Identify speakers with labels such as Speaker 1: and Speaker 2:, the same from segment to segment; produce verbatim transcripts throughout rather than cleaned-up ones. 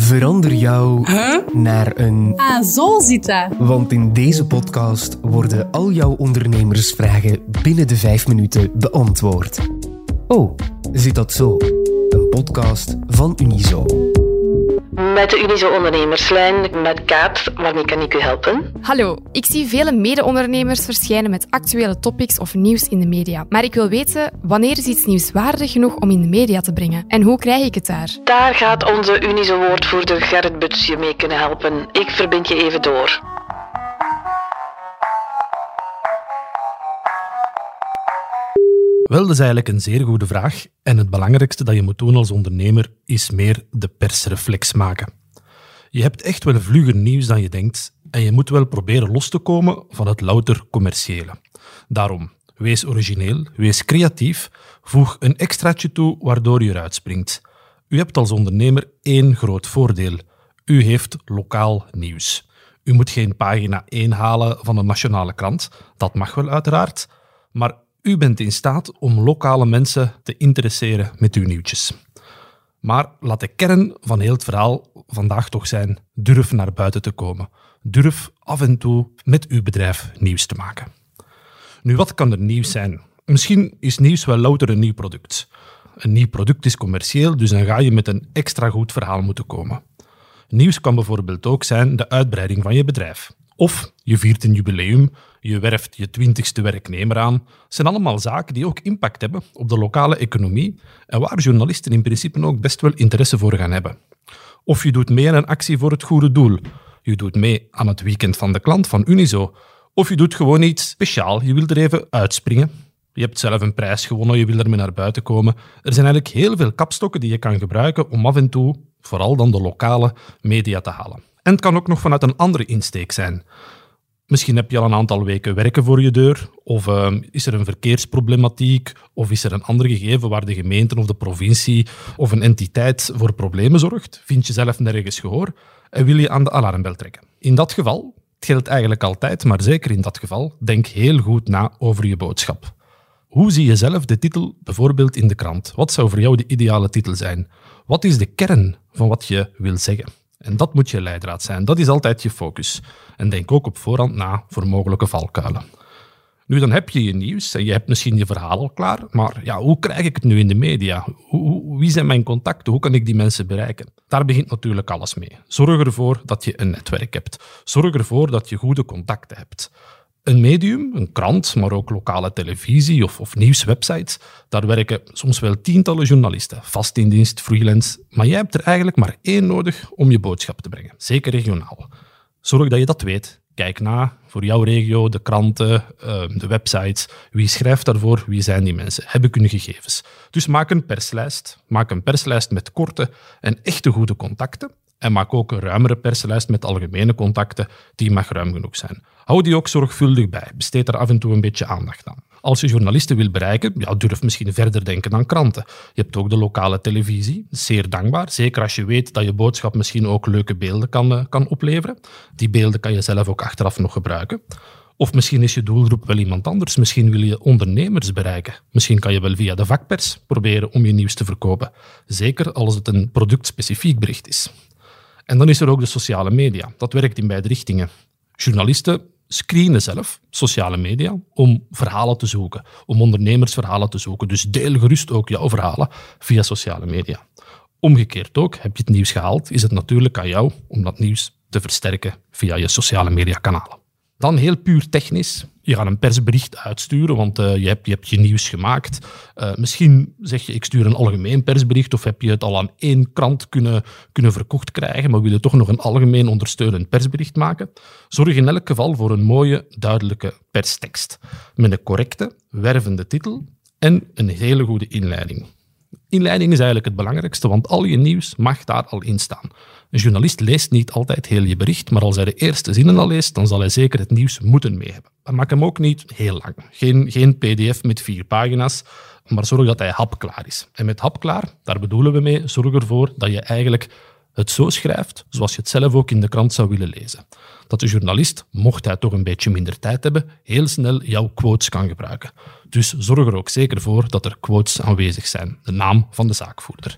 Speaker 1: Verander jou
Speaker 2: huh?
Speaker 1: naar een...
Speaker 2: Ah, zo zit dat.
Speaker 1: Want in deze podcast worden al jouw ondernemersvragen binnen de vijf minuten beantwoord. Oh, zit dat zo? Een podcast van Unizo.
Speaker 3: Met de Unizo Ondernemerslijn, met Kaat, waarmee kan ik u helpen?
Speaker 4: Hallo, ik zie vele mede-ondernemers verschijnen met actuele topics of nieuws in de media. Maar ik wil weten, wanneer is iets nieuwswaardig genoeg om in de media te brengen? En hoe krijg ik het daar?
Speaker 3: Daar gaat onze Unizo-woordvoerder Gerrit Buts je mee kunnen helpen. Ik verbind je even door.
Speaker 5: Wel, dat is eigenlijk een zeer goede vraag. En het belangrijkste dat je moet doen als ondernemer is meer de persreflex maken. Je hebt echt wel vlugger nieuws dan je denkt en je moet wel proberen los te komen van het louter commerciële. Daarom, wees origineel, wees creatief, voeg een extraatje toe waardoor je eruit springt. U hebt als ondernemer één groot voordeel. U heeft lokaal nieuws. U moet geen pagina één halen van een nationale krant. Dat mag wel uiteraard, maar u bent in staat om lokale mensen te interesseren met uw nieuwtjes. Maar laat de kern van heel het verhaal vandaag toch zijn: durf naar buiten te komen. Durf af en toe met uw bedrijf nieuws te maken. Nu, wat kan er nieuws zijn? Misschien is nieuws wel louter een nieuw product. Een nieuw product is commercieel, dus dan ga je met een extra goed verhaal moeten komen. Nieuws kan bijvoorbeeld ook zijn de uitbreiding van je bedrijf. Of je viert een jubileum, je werft je twintigste werknemer aan. Dat zijn allemaal zaken die ook impact hebben op de lokale economie en waar journalisten in principe ook best wel interesse voor gaan hebben. Of je doet mee aan een actie voor het goede doel. Je doet mee aan het weekend van de klant van Unizo. Of je doet gewoon iets speciaals, je wilt er even uitspringen. Je hebt zelf een prijs gewonnen, je wil ermee naar buiten komen. Er zijn eigenlijk heel veel kapstokken die je kan gebruiken om af en toe, vooral dan de lokale media te halen. En het kan ook nog vanuit een andere insteek zijn. Misschien heb je al een aantal weken werken voor je deur, of uh, is er een verkeersproblematiek, of is er een ander gegeven waar de gemeente of de provincie of een entiteit voor problemen zorgt. Vind je zelf nergens gehoor en wil je aan de alarmbel trekken. In dat geval, het geldt eigenlijk altijd, maar zeker in dat geval, denk heel goed na over je boodschap. Hoe zie je zelf de titel bijvoorbeeld in de krant? Wat zou voor jou de ideale titel zijn? Wat is de kern van wat je wil zeggen? En dat moet je leidraad zijn. Dat is altijd je focus. En denk ook op voorhand na voor mogelijke valkuilen. Nu, dan heb je je nieuws en je hebt misschien je verhaal al klaar, maar ja, hoe krijg ik het nu in de media? Hoe, hoe, wie zijn mijn contacten? Hoe kan ik die mensen bereiken? Daar begint natuurlijk alles mee. Zorg ervoor dat je een netwerk hebt. Zorg ervoor dat je goede contacten hebt. Een medium, een krant, maar ook lokale televisie of, of nieuwswebsites, daar werken soms wel tientallen journalisten, vast in dienst, freelance, maar jij hebt er eigenlijk maar één nodig om je boodschap te brengen, zeker regionaal. Zorg dat je dat weet. Kijk na voor jouw regio, de kranten, de websites. Wie schrijft daarvoor? Wie zijn die mensen? Heb ik hun gegevens? Dus maak een perslijst. Maak een perslijst met korte en echte goede contacten. En maak ook een ruimere perslijst met algemene contacten. Die mag ruim genoeg zijn. Hou die ook zorgvuldig bij. Besteed er af en toe een beetje aandacht aan. Als je journalisten wil bereiken, ja, durf misschien verder denken dan kranten. Je hebt ook de lokale televisie. Zeer dankbaar. Zeker als je weet dat je boodschap misschien ook leuke beelden kan, kan opleveren. Die beelden kan je zelf ook achteraf nog gebruiken. Of misschien is je doelgroep wel iemand anders. Misschien wil je ondernemers bereiken. Misschien kan je wel via de vakpers proberen om je nieuws te verkopen. Zeker als het een productspecifiek bericht is. En dan is er ook de sociale media. Dat werkt in beide richtingen. Journalisten screenen zelf sociale media om verhalen te zoeken, om ondernemersverhalen te zoeken. Dus deel gerust ook jouw verhalen via sociale media. Omgekeerd ook, heb je het nieuws gehaald, is het natuurlijk aan jou om dat nieuws te versterken via je sociale mediakanalen. Dan heel puur technisch. Je gaat een persbericht uitsturen, want uh, je, hebt, je hebt je nieuws gemaakt. Uh, misschien zeg je, ik stuur een algemeen persbericht, of heb je het al aan één krant kunnen, kunnen verkocht krijgen, maar wil je toch nog een algemeen ondersteunend persbericht maken? Zorg in elk geval voor een mooie, duidelijke perstekst. Met een correcte, wervende titel en een hele goede inleiding. Inleiding is eigenlijk het belangrijkste, want al je nieuws mag daar al in staan. Een journalist leest niet altijd heel je bericht, maar als hij de eerste zinnen al leest, dan zal hij zeker het nieuws moeten mee hebben. Maar maak hem ook niet heel lang. Geen, geen pdf met vier pagina's, maar zorg dat hij hapklaar is. En met hapklaar, daar bedoelen we mee, zorg ervoor dat je eigenlijk het zo schrijft zoals je het zelf ook in de krant zou willen lezen. Dat de journalist, mocht hij toch een beetje minder tijd hebben, heel snel jouw quotes kan gebruiken. Dus zorg er ook zeker voor dat er quotes aanwezig zijn. De naam van de zaakvoerder. En een hele goede inleiding. Inleiding is eigenlijk het belangrijkste, want al je nieuws mag daar al in staan. Een journalist leest niet altijd heel je bericht, maar als hij de eerste zinnen al leest, dan zal hij zeker het nieuws moeten mee hebben. Maar maak hem ook niet heel lang. Geen, geen pdf met vier pagina's, maar zorg ervoor dat hij eigenlijk het zo schrijft zoals je het zelf ook in de krant zou willen lezen. Dat de journalist, mocht hij toch een beetje minder tijd hebben, heel snel jouw quotes kan gebruiken. Dus zorg er ook zeker voor dat er quotes aanwezig zijn. De naam van de zaakvoerder.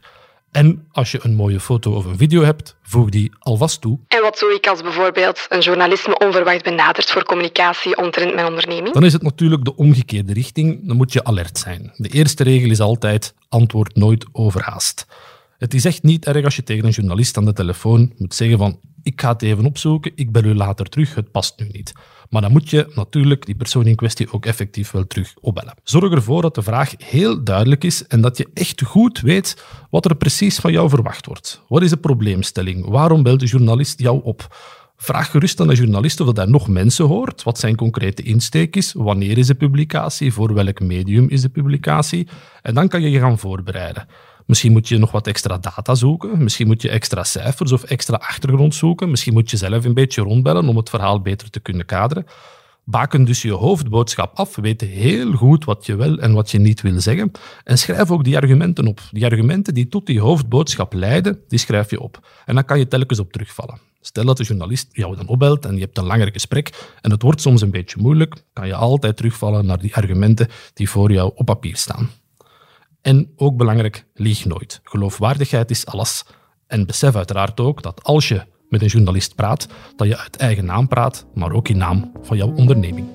Speaker 5: En als je een mooie foto of een video hebt, voeg die alvast toe.
Speaker 3: En wat doe ik als bijvoorbeeld een journalist me onverwacht benadert voor communicatie omtrent mijn onderneming?
Speaker 5: Dan is het natuurlijk de omgekeerde richting. Dan moet je alert zijn. De eerste regel is altijd: antwoord nooit overhaast. Het is echt niet erg als je tegen een journalist aan de telefoon moet zeggen van ik ga het even opzoeken, ik bel u later terug, het past nu niet. Maar dan moet je natuurlijk die persoon in kwestie ook effectief wel terug opbellen. Zorg ervoor dat de vraag heel duidelijk is en dat je echt goed weet wat er precies van jou verwacht wordt. Wat is de probleemstelling? Waarom belt de journalist jou op? Vraag gerust aan de journalist of hij nog mensen hoort, wat zijn concrete insteek is, wanneer is de publicatie, voor welk medium is de publicatie. En dan kan je je gaan voorbereiden. Misschien moet je nog wat extra data zoeken, misschien moet je extra cijfers of extra achtergrond zoeken, misschien moet je zelf een beetje rondbellen om het verhaal beter te kunnen kaderen. Baken dus je hoofdboodschap af, weet heel goed wat je wel en wat je niet wil zeggen en schrijf ook die argumenten op. Die argumenten die tot die hoofdboodschap leiden, die schrijf je op. En dan kan je telkens op terugvallen. Stel dat de journalist jou dan opbelt en je hebt een langer gesprek en het wordt soms een beetje moeilijk, kan je altijd terugvallen naar die argumenten die voor jou op papier staan. En ook belangrijk, lieg nooit. Geloofwaardigheid is alles. En besef uiteraard ook dat als je met een journalist praat, dat je uit eigen naam praat, maar ook in naam van jouw onderneming.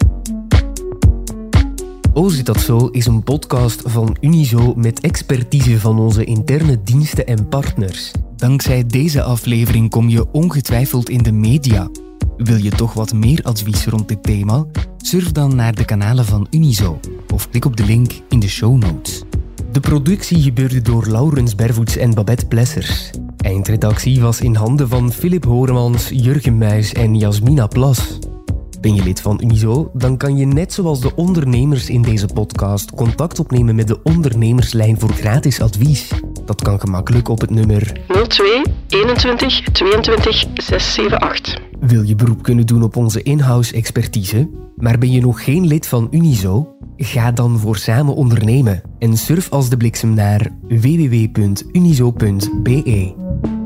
Speaker 1: O Zit Dat Zo is een podcast van Unizo met expertise van onze interne diensten en partners. Dankzij deze aflevering kom je ongetwijfeld in de media. Wil je toch wat meer advies rond dit thema? Surf dan naar de kanalen van Unizo of klik op de link in de show notes. De productie gebeurde door Laurens Bervoets en Babette Plessers. Eindredactie was in handen van Philip Horemans, Jurgen Muis en Jasmina Plas. Ben je lid van Unizo? Dan kan je net zoals de ondernemers in deze podcast contact opnemen met de ondernemerslijn voor gratis advies. Dat kan gemakkelijk op het nummer
Speaker 3: nul twee eenentwintig tweeëntwintig zeshonderdzevenenzeventig.
Speaker 1: Wil je beroep kunnen doen op onze in-house expertise? Maar ben je nog geen lid van Unizo? Ga dan voor samen ondernemen en surf als de bliksem naar w w w punt unizo punt b e.